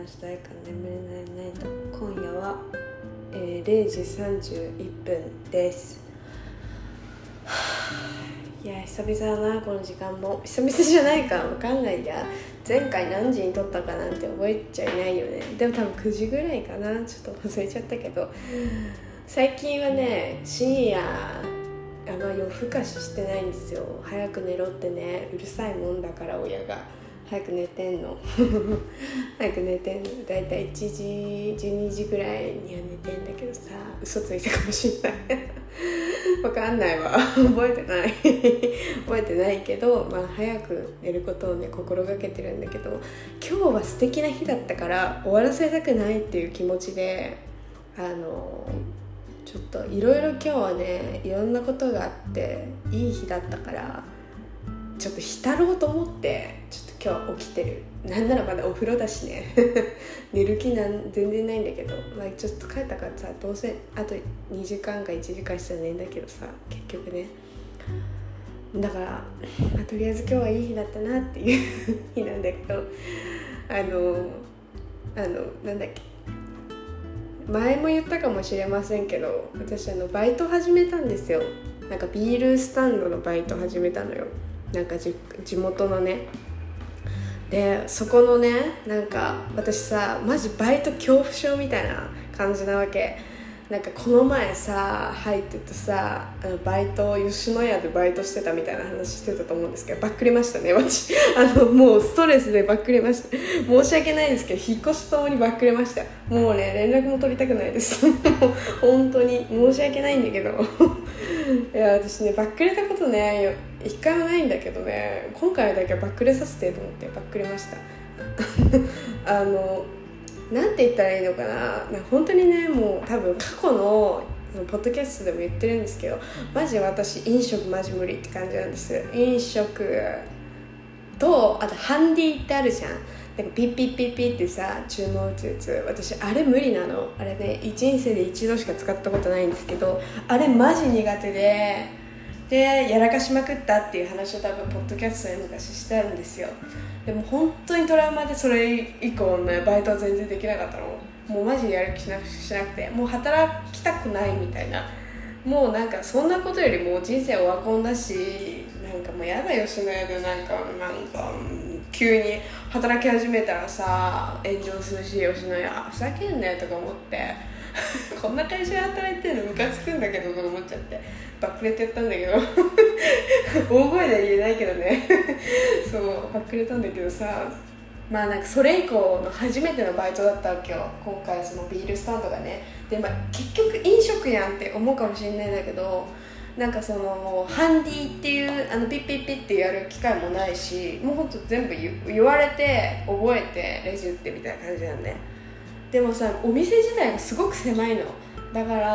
したいか眠れないナイト。今夜は、0時31分です。いや久々だな、この時間も。久々じゃないか分かんないや。前回何時に撮ったかなんて覚えちゃいないよね。でも多分9時ぐらいかな、ちょっと忘れちゃったけど、最近はね深夜夜更かししてないんですよ。早く寝ろってね、うるさいもんだから親が。早く寝てんの早く寝てんの。だいたい1時12時ぐらいには寝てんだけどさ、嘘ついたかもしんないわかんないわ覚えてない覚えてないけど、早く寝ることをね心がけてるんだけど、今日は素敵な日だったから終わらせたくないっていう気持ちでちょっといろいろ今日はねいろんなことがあっていい日だったから、ちょっと浸ろうと思ってちょっと今日は起きてる。なんならまだお風呂だしね寝る気全然ないんだけど、ちょっと疲れたからさ、どうせあと2時間か1時間したら寝るんだけどさ、結局ね。だから、とりあえず今日はいい日だったなっていう日なんだけど、なんだっけ、前も言ったかもしれませんけど、私バイト始めたんですよ。なんかビールスタンドのバイト始めたのよ。なんか地元のね。でそこのね、なんか私さマジバイト恐怖症みたいな感じなわけ。なんかこの前さ入っててさ、バイト吉野家でバイトしてたみたいな話してたと思うんですけど、バックれましたね私もうストレスでバックれました。申し訳ないですけど、引っ越しともにバックれました。もうね連絡も取りたくないです本当に申し訳ないんだけどいや私ねバックれたことね一回もないんだけどね、今回だけバックれさせてと思ってバックれましたなんて言ったらいいのかな、本当にね、もう多分過去のポッドキャストでも言ってるんですけど、マジ私飲食マジ無理って感じなんです。飲食とあとハンディってあるじゃん。なんかピッピッピッピッってさ注文打つやつ、私あれ無理なの。あれね人生で一度しか使ったことないんですけど、あれマジ苦手でやらかしまくったっていう話を多分ポッドキャストで昔してあるんですよ。でも本当にトラウマで、それ以降ねバイトは全然できなかったの。もうマジでやる気しなくて、もう働きたくないみたいな。もうなんかそんなことよりも人生オワコンだし、なんかもうやだよ、吉野家でなんか急に働き始めたらさ炎上するし、吉野家ふざけんなよとか思ってこんな会社で働いてるのムカつくんだけどとか思っちゃってバックレてやったんだけど大声では言えないけどねそうバックレたんだけどさ、なんかそれ以降の初めてのバイトだったわけよ、今回そのビールスタンドがね。で、結局飲食やんって思うかもしれないんだけど、なんかそのハンディっていうピッピッピッってやる機会もないし、もうほんと全部言われて覚えてレジ打ってみたいな感じなんで。でもさお店自体がすごく狭いのだから、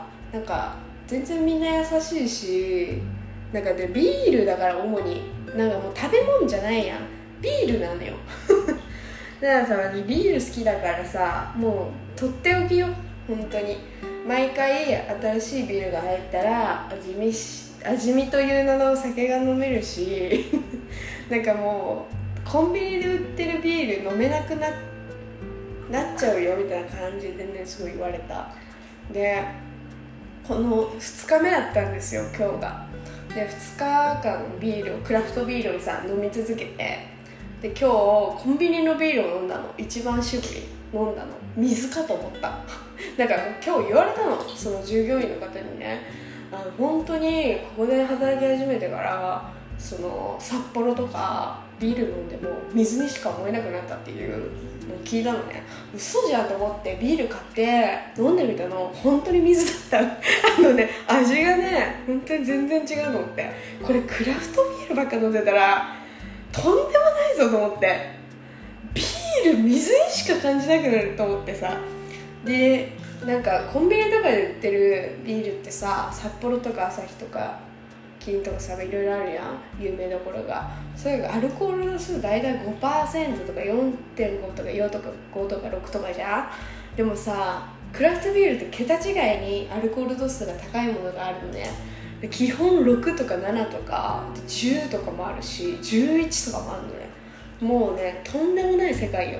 なんか全然みんな優しいし、なんかでビールだから主になんかもう食べ物じゃないやん、ビールなのよだからさ、私ビール好きだからさ、もうとっておきよ本当に。毎回新しいビールが入ったら味見という名の酒が飲めるしなんかもうコンビニで売ってるビール飲めなくなっちゃうよみたいな感じでね、すごい言われた。でこの2日目だったんですよ今日が。で2日間ビールをクラフトビールをさ飲み続けて、で今日コンビニのビールを飲んだの。一番搾り飲んだの水かと思っただから今日言われたの、その従業員の方にね、本当にここで働き始めてからその札幌とかビール飲んでも水にしか思えなくなったっていうのを聞いたのね。嘘じゃんと思ってビール買って飲んでみたの、本当に水だった味がね本当に全然違うと思って、これクラフトビールばっか飲んでたらとんでもないぞと思って、ビール水にしか感じなくなると思ってさ。でなんかコンビニとかで売ってるビールってさ、札幌とか旭とかキリンとかさいろいろあるやん、有名どころが。それがアルコール度数大体 5% とか 4.5 とか4とか5とか6とかじゃん。でもさクラフトビールって桁違いにアルコール度数が高いものがあるのね。基本6とか7とか10とかもあるし11とかもあるのね。もうねとんでもない世界よ。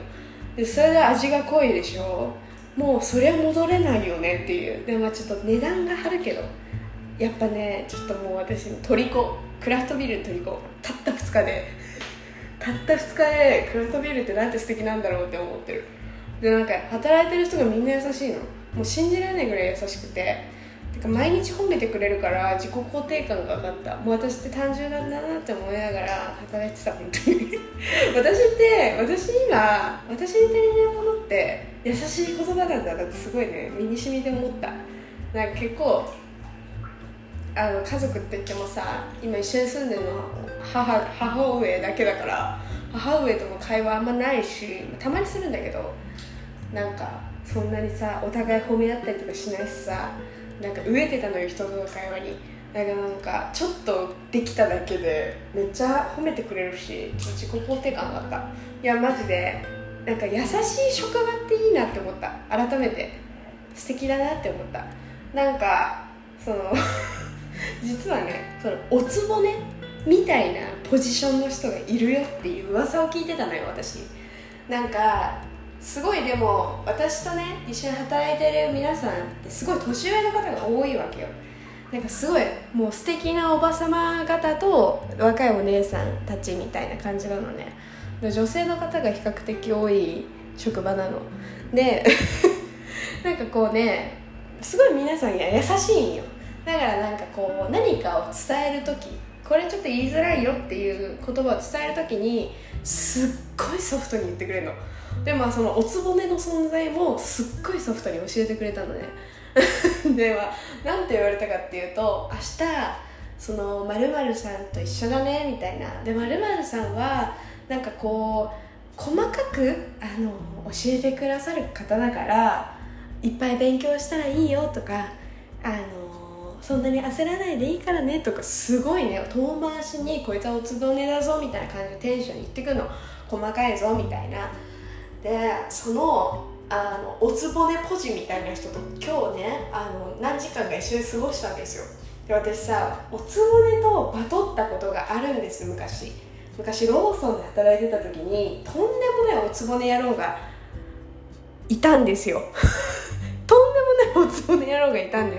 でそれで味が濃いでしょ。もうそりゃ戻れないよねっていう。でもちょっと値段が張るけど、やっぱねちょっともう私の虜、クラフトビールの虜、たった2日でクラフトビールってなんて素敵なんだろうって思ってる。でなんか働いてる人がみんな優しいの、もう信じられないぐらい優しくて、てか毎日褒めてくれるから自己肯定感が上がった。もう私って単純なんだなって思いながら働いてた、本当に私に足りないものって優しい言葉なんだなってすごいね、身に染みて思った。なんか結構家族って言ってもさ、今一緒に住んでるのは母上だけだから、母上とも会話あんまないし、たまにするんだけど、なんかそんなにさお互い褒め合ったりとかしないしさ、なんか飢えてたのよ、人との会話に。なんかちょっとできただけでめっちゃ褒めてくれるし、自己肯定感があった。いやマジでなんか優しい職場っていいなって思った。改めて素敵だなって思った。なんかその実はね、そのおつぼねみたいなポジションの人がいるよっていう噂を聞いてたのよ、私。なんかすごい、でも私とね一緒に働いてる皆さんってすごい年上の方が多いわけよ。なんかすごいもう素敵なおばさま方と若いお姉さんたちみたいな感じなのね。女性の方が比較的多い職場なのでなんかこうね、すごい皆さんが優しいんよ。だからなんかこう何かを伝えるとき、これちょっと言いづらいよっていう言葉を伝えるときにすっごいソフトに言ってくれるの。でそのおつぼねの存在もすっごいソフトに教えてくれたのねでなんて言われたかっていうと、明日その〇〇さんと一緒だねみたいな。で〇〇さんはなんかこう細かく教えてくださる方だからいっぱい勉強したらいいよとか、そんなに焦らないでいいからねとか、すごいね遠回しにこいつはおつぼねだぞみたいな感じでテンションに言ってくるの。細かいぞみたいな。でそのおつぼねポジみたいな人と今日ね何時間か一緒に過ごしたんですよ。で私さおつぼねとバトったことがあるんです。昔ローソンで働いてた時にとんでもないおつぼね野郎がいたんですよとんでもないおつぼね野郎がいたんです。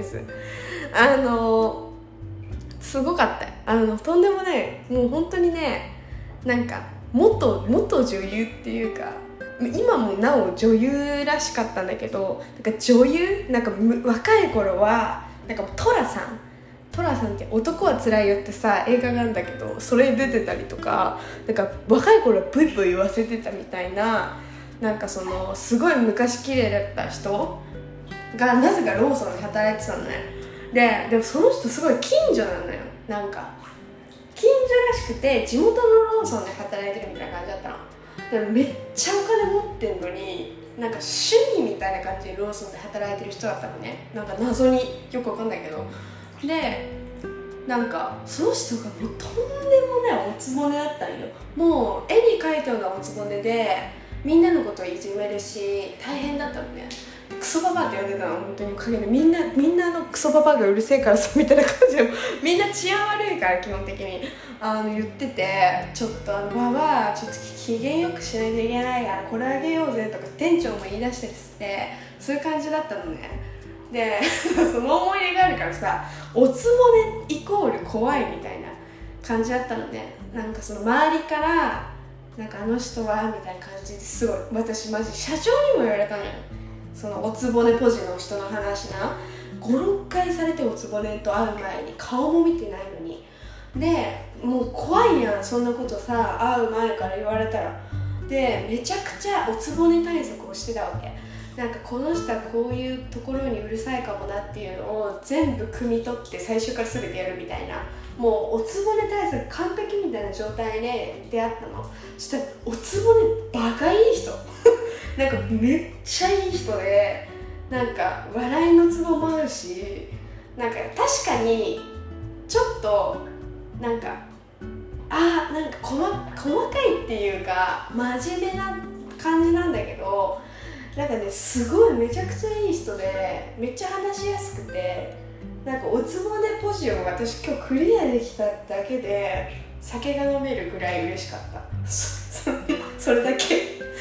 すごかったとんでもない、もう本当にね、なんか元女優っていうか、今もなお女優らしかったんだけど、なんか女優、なんか若い頃はなんかトラさんって男はつらいよってさ映画なんだけど、それに出てたりとか、なんか若い頃はブイブイ言わせてたみたいな、なんかそのすごい昔綺麗だった人がなぜかローソンで働いてたのね。でもその人すごい近所なのよ。なんか近所らしくて地元のローソンで働いてるみたいな感じだったの。でもめっちゃお金持ってんのに、なんか趣味みたいな感じでローソンで働いてる人だったのね。なんか謎によくわかんないけど。でなんかその人がもうとんでもないおつぼねだったんよ。もう絵に描いたようなおつぼねでみんなのことをいじめるし大変だったのね。クソババアって呼んでたの、本当に陰でみんなクソババアがうるせえからさみたいな感じで、みんな治安悪いから基本的に言ってて、ちょっとババアちょっと機嫌よくしないといけないからこれあげようぜとか店長も言い出したりして、そういう感じだったのね。でその思い出があるからさ、おつぼねイコール怖いみたいな感じだったのね。なんかその周りからなんかあの人はみたいな感じですごい、私マジ社長にも言われたのよ。そのおつぼねポジの人の話な、5、6回されて、おつぼねと会う前に顔も見てないのに。でもう怖いやん、そんなことさ会う前から言われたら。でめちゃくちゃおつぼね対策をしてたわけ。なんかこの人はこういうところにうるさいかもなっていうのを全部汲み取って最初から全てやるみたいな、もうおつぼね対策完璧みたいな状態で出会ったの。そしたらおつぼねバカいい人なんかめっちゃいい人で、なんか笑いのツボもあるし、なんか確かにちょっとなんかなんか細かいっていうか真面目な感じなんだけど、なんかねすごいめちゃくちゃいい人でめっちゃ話しやすくて、なんかおつぼねポジを私今日クリアできただけで酒が飲めるぐらい嬉しかったそれだけ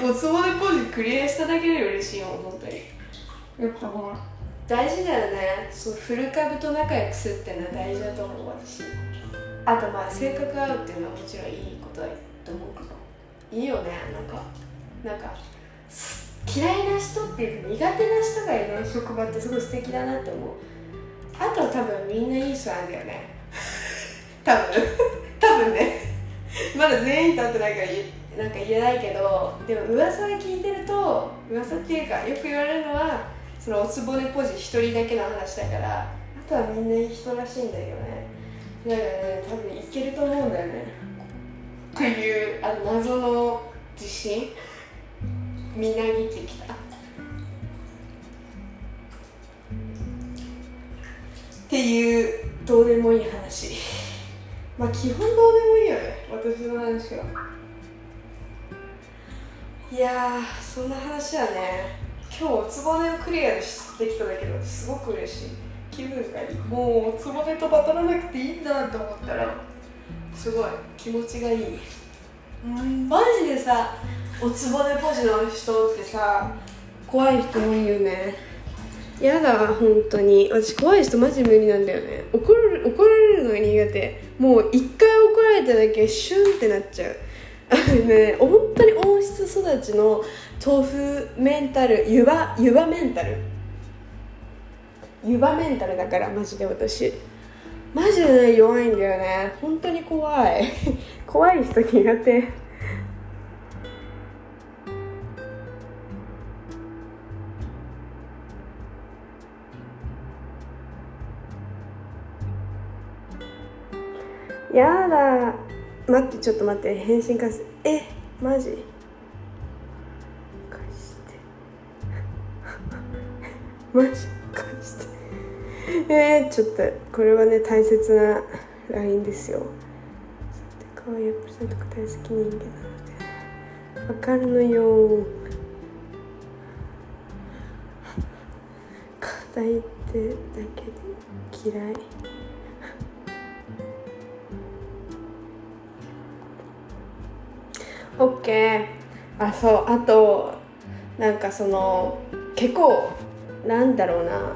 おつぼねポジクリアしただけで嬉しいもん本当に。やっぱほら大事だよね。そうフル株と仲良くするっていうのは大事だと思う私。あとまあ性格合うっていうのはもちろんいいことだと思うけど、いいよね。なんか嫌いな人っていうか苦手な人がいない職場ってすごい素敵だなって思う。あとは多分みんないい人なんだよね多分ねまだ全員と会ってないからなんか言えないけど、でも噂で聞いてると、噂っていうかよく言われるのはそのおつぼねポジ一人だけの話だから、あとはみんないい人らしいんだよね。だからね多分いけると思うんだよねっていう謎の自信みなぎってきたっていうどうでもいい話。まあ基本どうでもいいよね私の話は。いやーそんな話はね、今日おつぼねをクリアできただけですごく嬉しい。気分がいい。もうおつぼねとバトらなくていいんだと思ったらすごい気持ちがいい。マジでさおつぼねポジの人ってさ怖い人多いよね。やだ本当に私怖い人マジ無理なんだよね。怒られるのが苦手。もう一回怒られただけシュンってなっちゃうね、本当に温室育ちの豆腐メンタル湯葉メンタルだからマジで私マジで、ね、弱いんだよね。本当に怖い怖い人苦手。やだ待ってちょっと待って返信返す。マジ返してマジ返してちょっとこれはね大切な LINE ですよ。さて可愛いアップルさんとか大好き人間なのでわかるのよ。硬いってだけで嫌い。オッケー。そうあとなんかその結構なんだろうな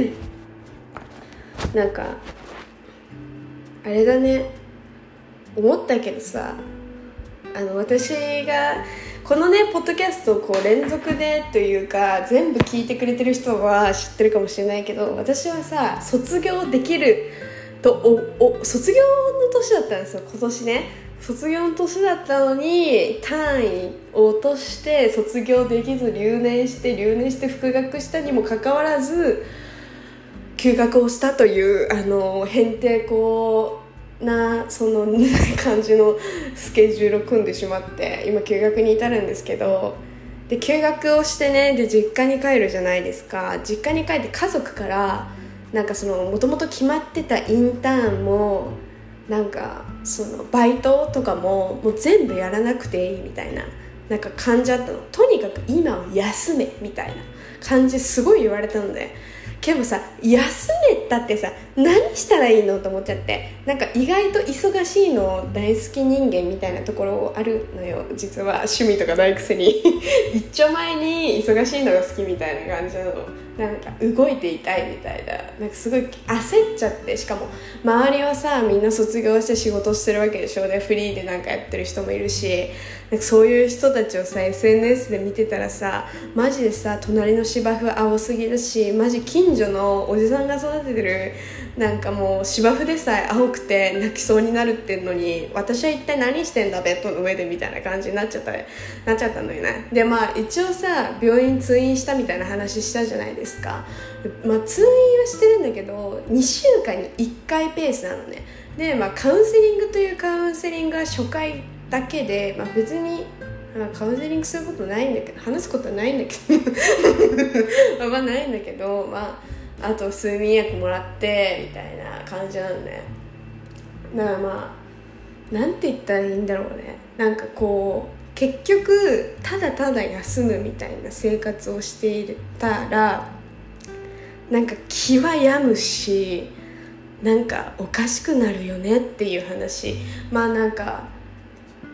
なんかあれだね思ったけどさ、私がこのねポッドキャストをこう連続でというか全部聞いてくれてる人は知ってるかもしれないけど、私はさ卒業できると卒業の年だったんですよ今年ね。卒業の年だったのに単位を落として卒業できず留年して復学したにもかかわらず休学をしたというへんてこなその感じのスケジュールを組んでしまって今休学に至るんですけど、で休学をしてねで実家に帰るじゃないですか。実家に帰って家族からなんかそのもともと決まってたインターンもなんかそのバイトとかもう全部やらなくていいみたいななんか感じあったの。とにかく今は休めみたいな感じすごい言われたので、けどさ休めたってさ何したらいいのと思っちゃって、なんか意外と忙しいの大好き人間みたいなところあるのよ実は。趣味とかないくせに一丁前に忙しいのが好きみたいな感じなの。なんか動いていたいみたいな、なんかすごい焦っちゃって、しかも周りはさみんな卒業して仕事してるわけでしょ。でフリーでなんかやってる人もいるし、なんかそういう人たちをさ SNS で見てたらさマジでさ隣の芝生青すぎだし、マジ近所のおじさんが育ててるなんかもう芝生でさえ青くて泣きそうになるってんのに、私は一体何してんだベッドの上でみたいな感じになっちゃったのよね。でまあ一応さ病院通院したみたいな話したじゃないですか。まあ通院はしてるんだけど2週間に1回ペースなのね。でまあカウンセリングというカウンセリングは初回だけで、まあ、別にカウンセリングすることないんだけど話すことはないんだけどまあないんだけど、まあと睡眠薬もらってみたいな感じなのね。だからまあなんて言ったらいいんだろうね。なんかこう結局ただただ休むみたいな生活をしていたらなんか気は病むしなんかおかしくなるよねっていう話。まあなんか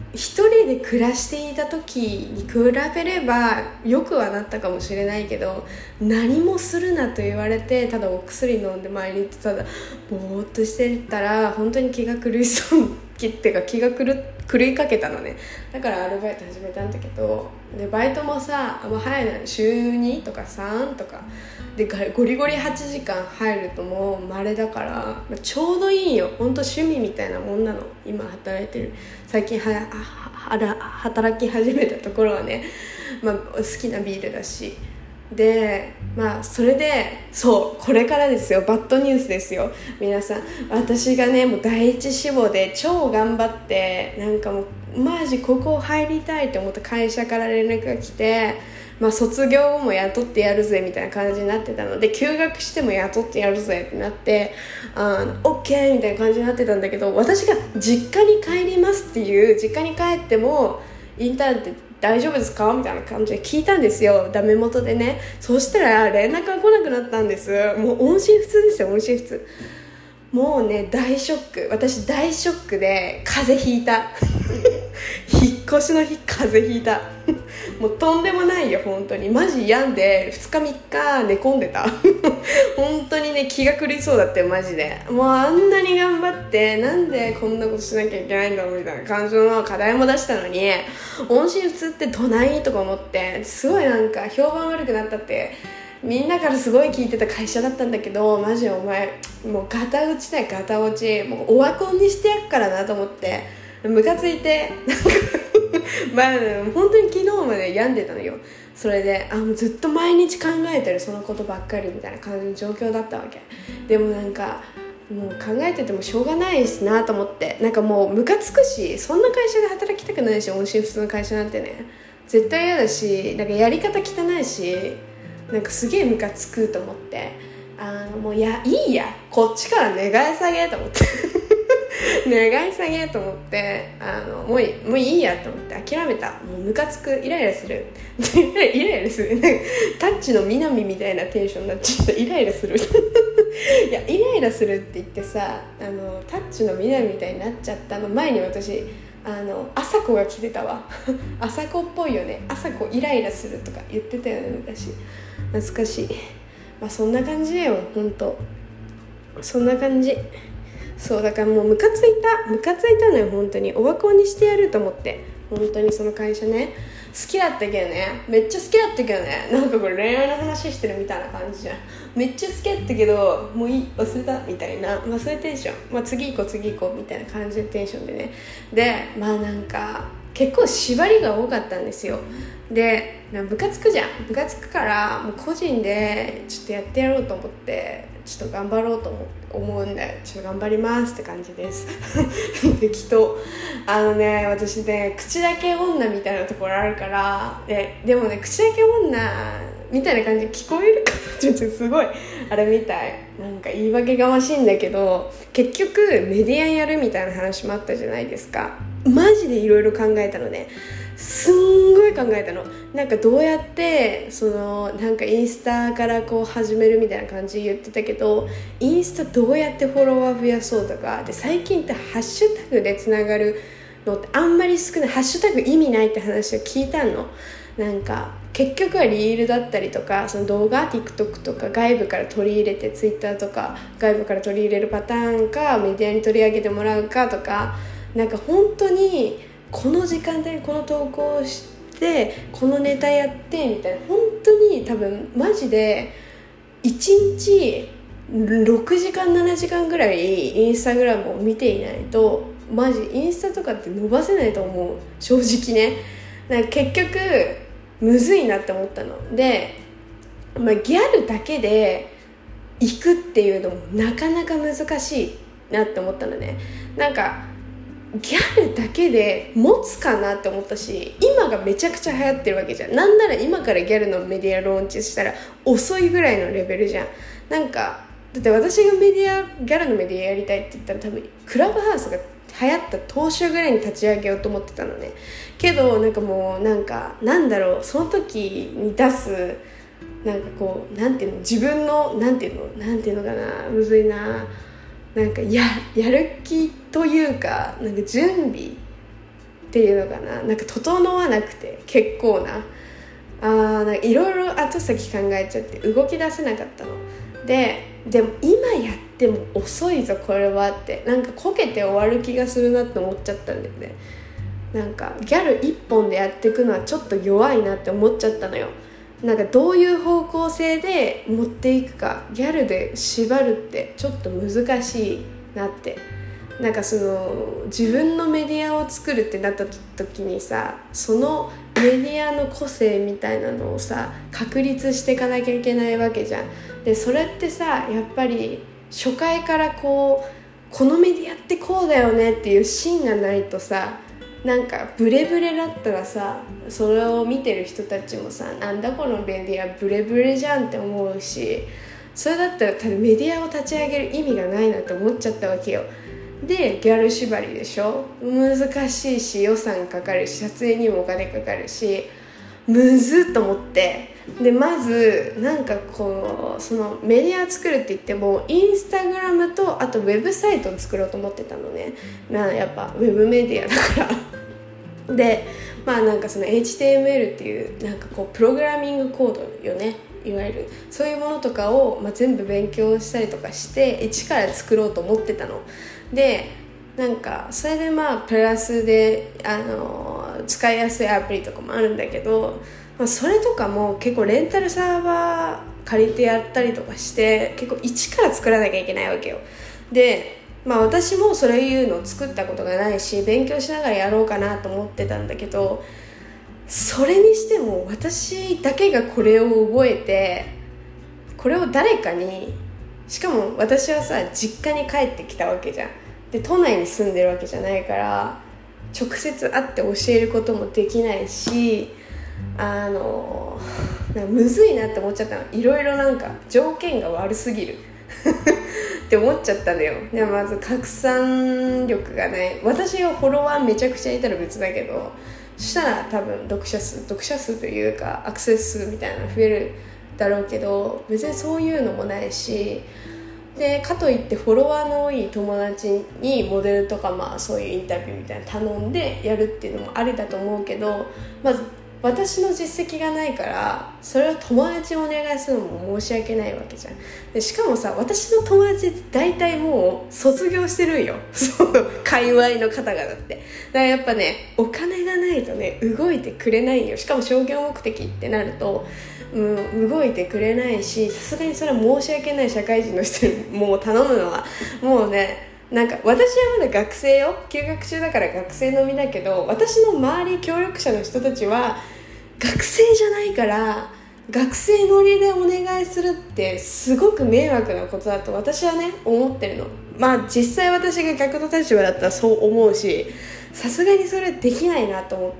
一人で暮らしていた時に比べればよくはなったかもしれないけど、何もするなと言われてただお薬飲んで毎日ただぼーっとしてたら本当に気が狂いそうってか気が狂いかけたのね。だからアルバイト始めたんだけど、でバイトもさ早いの週2とか3とかでゴリゴリ8時間入るともう稀だから、ちょうどいいよ。本当趣味みたいなもんなの。今働いてる最近働き始めたところはね、好きなビールだしで、それでそうこれからですよ。バッドニュースですよ皆さん。私がねもう第一志望で超頑張ってなんかもうマジここ入りたいと思った会社から連絡が来て、卒業後も雇ってやるぜみたいな感じになってたので、休学しても雇ってやるぜってなってOK みたいな感じになってたんだけど、私が実家に帰りますっていう、実家に帰ってもインターンって大丈夫ですかみたいな感じで聞いたんですよ、ダメ元でね。そうしたら連絡が来なくなったんです。もう音信不通ですよ、音信不通。もうね大ショック。私大ショックで風邪ひいた引っ越しの日風邪ひいたもうとんでもないよ本当に。マジ病んで2日3日寝込んでた本当にね気が狂いそうだったよマジで。もうあんなに頑張ってなんでこんなことしなきゃいけないんだろうみたいな感じの課題も出したのに、音信不通ってどないとか思って、すごいなんか評判悪くなったってみんなからすごい聞いてた会社だったんだけど、マジお前もうガタ落ちだよガタ落ち。もうオワコンにしてやっからなと思ってムカついて本当に昨日まで病んでたのよ。それでもうずっと毎日考えてるそのことばっかりみたいな感じの状況だったわけ。でもなんかもう考えててもしょうがないしなと思って、なんかもうムカつくし、そんな会社で働きたくないし、音信不通の会社なんてね絶対嫌だし、なんかやり方汚いし、なんかすげえムカつくと思って、もういいやこっちから願い下げと思って願い下げと思ってもういいやと思って諦めた。もうムカつく、イライラするイライラするタッチの南みたいなテンションになっちゃった。イライラするいやイライラするって言ってさ、タッチの南みたいになっちゃったの前に私朝子が来てたわ朝子っぽいよね。朝子イライラするとか言ってたよね昔。懐かしい。そんな感じだよ本当。そんな感じ。そうだからもうムカついたのよ本当に。オワコンにしてやると思って。本当にその会社ね好きだったけどね、めっちゃ好きだったけどね、なんかこれ恋愛の話してるみたいな感じじゃん。めっちゃ好きだったけどもういい忘れたみたいな、そういうテンション。次行こうみたいな感じのテンションでね。でなんか結構縛りが多かったんですよ。でムカつくじゃん。ムカつくからもう個人でちょっとやってやろうと思って、ちょっと頑張ろうと思うんで、ちょっと頑張りますって感じです適当。私ね口だけ女みたいなところあるから、でもね口だけ女みたいな感じで聞こえるかちょっとすごいあれみたい、なんか言い訳がましいんだけど、結局メディアやるみたいな話もあったじゃないですか。マジでいろいろ考えたのね。すんごい考えたの。なんかどうやってなんかインスタからこう始めるみたいな感じで言ってたけど、インスタどうやってフォロワー増やそうとかで、最近ってハッシュタグでつながるのってあんまり少ない。ハッシュタグ意味ないって話を聞いたの。なんか結局はリールだったりとか、その動画 TikTok とか外部から取り入れて Twitter とか外部から取り入れるパターンか、メディアに取り上げてもらうかとか、なんか本当にこの時間でこの投稿をしてこのネタやってみたいな、本当に多分マジで1日6時間7時間ぐらいインスタグラムを見ていないとマジインスタとかって伸ばせないと思う、正直ね。なんか結局むずいなって思ったので、ギャルだけで行くっていうのもなかなか難しいなって思ったのね。なんかギャルだけで持つかなって思ったし、今がめちゃくちゃ流行ってるわけじゃん。なんなら今からギャルのメディアローンチしたら遅いぐらいのレベルじゃん。なんかだって私がギャルのメディアやりたいって言ったら多分クラブハウスが流行った当初ぐらいに立ち上げようと思ってたのね。けどなんかもうなんだろう、その時に出すなんかこうなんていうの、自分のなんていうのかな、むずいな。なんかやる気というか、なんか準備ていうのかな、なんか整わなくて結構なんかいろいろ後先考えちゃって動き出せなかったのでも今やっても遅いぞこれはって、なんかこけて終わる気がするなって思っちゃったんだよね。なんかギャル一本でやっていくのはちょっと弱いなって思っちゃったのよ。なんかどういう方向性で持っていくか、ギャルで縛るってちょっと難しいなって。なんかその自分のメディアを作るってなった時にさ、そのメディアの個性みたいなのをさ確立していかなきゃいけないわけじゃん。でそれってさやっぱり初回からこのメディアってこうだよねっていう芯がないとさ、なんかブレブレだったらさ、それを見てる人たちもさ、なんだこのメディアブレブレじゃんって思うし、それだったら多分メディアを立ち上げる意味がないなって思っちゃったわけよ。でギャル縛りでしょ、難しいし予算かかるし撮影にもお金かかるしむずっと思って、でまずなんかそのメディア作るって言ってもインスタグラムとあとウェブサイトを作ろうと思ってたのね。やっぱウェブメディアだからでなんかその HTML っていうなんかプログラミングコードよね、いわゆるそういうものとかを、全部勉強したりとかして一から作ろうと思ってたので、なんかそれでプラスで使いやすいアプリとかもあるんだけど、それとかも結構レンタルサーバー借りてやったりとかして結構一から作らなきゃいけないわけよ。で私もそういうのを作ったことがないし勉強しながらやろうかなと思ってたんだけど、それにしても私だけがこれを覚えてこれを誰かに、しかも私はさ実家に帰ってきたわけじゃん。で都内に住んでるわけじゃないから直接会って教えることもできないし、なんかむずいなって思っちゃったの。いろいろなんか条件が悪すぎるって思っちゃったのよ。でまず拡散力がない。私がフォロワーめちゃくちゃいたら別だけど、そしたら多分読者数というかアクセス数みたいなの増えるだろうけど、別にそういうのもないし、でかといってフォロワーの多い友達にモデルとかそういうインタビューみたいな頼んでやるっていうのもありだと思うけど、まず私の実績がないからそれを友達にお願いするのも申し訳ないわけじゃん。でしかもさ、私の友達って大体もう卒業してるんよそう界隈の方々って。だからやっぱねお金がないとね動いてくれないよ。しかも商業目的ってなると動いてくれないし、さすがにそれは申し訳ない。社会人の人にもう頼むのはもうね、なんか私はまだ学生よ、休学中だから学生の身だけど、私の周り協力者の人たちは学生じゃないから学生乗りでお願いするってすごく迷惑なことだと私はね思ってるの。実際私が逆の立場だったらそう思うし、さすがにそれできないなと思って、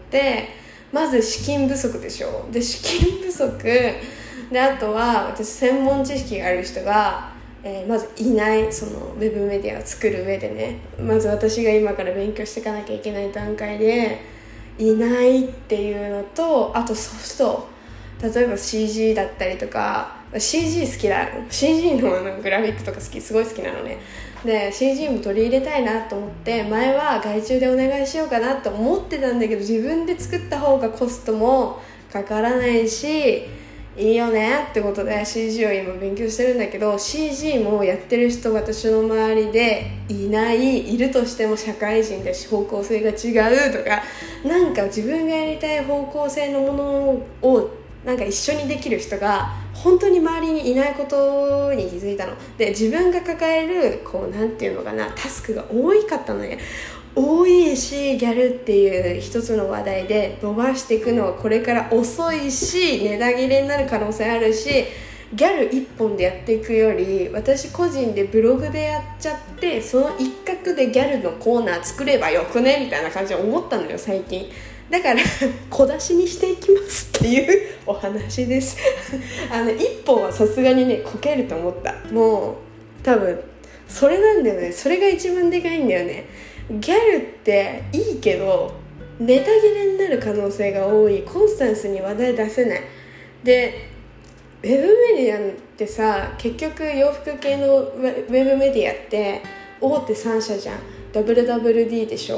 まず資金不足でしょ。で資金不足で、あとは私専門知識がある人が、まずいない。そのウェブメディアを作る上でね、まず私が今から勉強していかなきゃいけない段階でいないっていうのと、あとソフト、例えば CG だったりとか、 CG 好きなの。 CG のグラフィックとかすごい好きなのね。で CG も取り入れたいなと思って、前は外注でお願いしようかなと思ってたんだけど、自分で作った方がコストもかからないしいいよねってことで CG を今勉強してるんだけど、 CG もやってる人私の周りでいるとしても社会人だし方向性が違うとか、なんか自分がやりたい方向性のものをなんか一緒にできる人が本当に周りにいないことに気づいたので、自分が抱えるなんていうのかな、タスクが多かったのね。多いし、ギャルっていう一つの話題で伸ばしていくのはこれから遅いし、ネタ切れになる可能性あるし、ギャル一本でやっていくより私個人でブログでやっちゃって、その一角でギャルのコーナー作ればよくねみたいな感じで思ったのよ最近。だから小出しにしていきますっていうお話です一本はさすがにねこけると思った。もう多分それなんだよね。それが一番でかいんだよね。ギャルっていいけどネタ切れになる可能性が多い。コンスタンスに話題出せない。でウェブメディアってさ、結局洋服系のウェブメディアって大手3社じゃん。 WWD でしょ、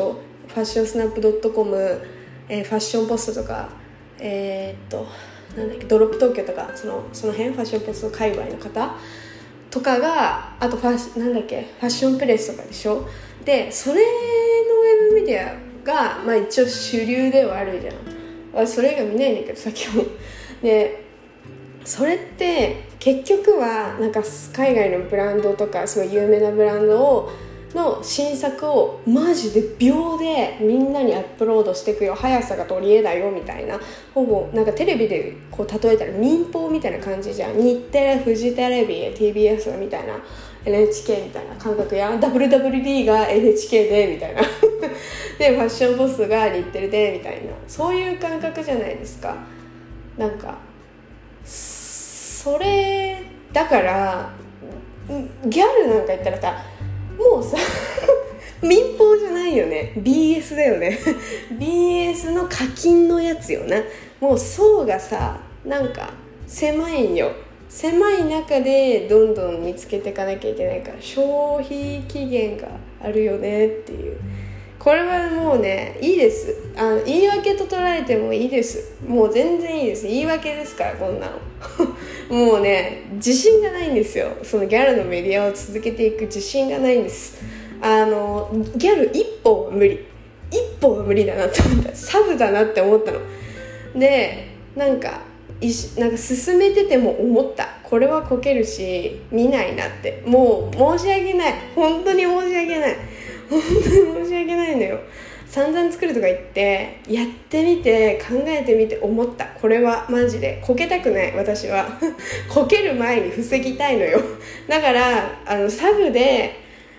ファッションスナップ .com、ファッションポストとかなんだっけドロップ東京とかその辺ファッションポスト界隈の方とかが、あとなんだっけファッションプレスとかでしょ。でそれのウェブメディアが、まあ、一応主流ではあるじゃん。それ以外見ないんだけどさっきもでそれって結局はなんか海外のブランドとかすごい有名なブランドの新作をマジで秒でみんなにアップロードしていくよ、速さが取り柄だよみたいな、ほぼなんかテレビでこう例えたら民放みたいな感じじゃん。日テレ、フジテレビ、TBS みたいな NHK みたいな感覚や WWD が NHK でみたいなでファッションボスが日テレでみたいな、そういう感覚じゃないですか。なんかそれだからギャルなんか言ったらさもうさ民放じゃないよね、 BS だよねBS の課金のやつよな。もう層がさなんか狭いんよ。狭い中でどんどん見つけていかなきゃいけないから消費期限があるよねっていう。これはもうねいいです。言い訳と捉えてもいいです。もう全然いいです。言い訳ですからこんなのもうね自信がないんですよ。そのギャルのメディアを続けていく自信がないんです。ギャル一本は無理だなって思った。サブだなって思ったので、なんか進めてても思った。これはこけるし見ないなって。もう申し訳ない、本当に申し訳ないんだよ。散々作るとか言ってやってみて考えてみて思った。これはマジでこけたくない。私はこける前に防ぎたいのよ。だからサブで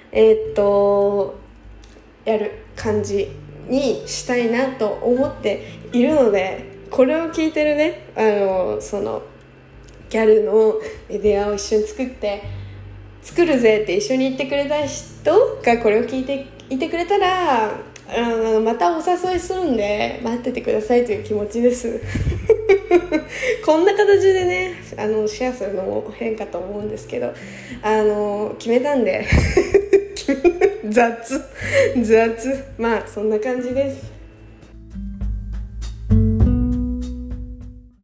やる感じにしたいなと思っているので、これを聞いてるねそのギャルのメディアを一緒に作るぜって一緒に言ってくれた人がこれを聞いていてくれたらまたお誘いするんで待っててくださいという気持ちですこんな形でねシェアするのも変かと思うんですけど決めたんで雑まあそんな感じです。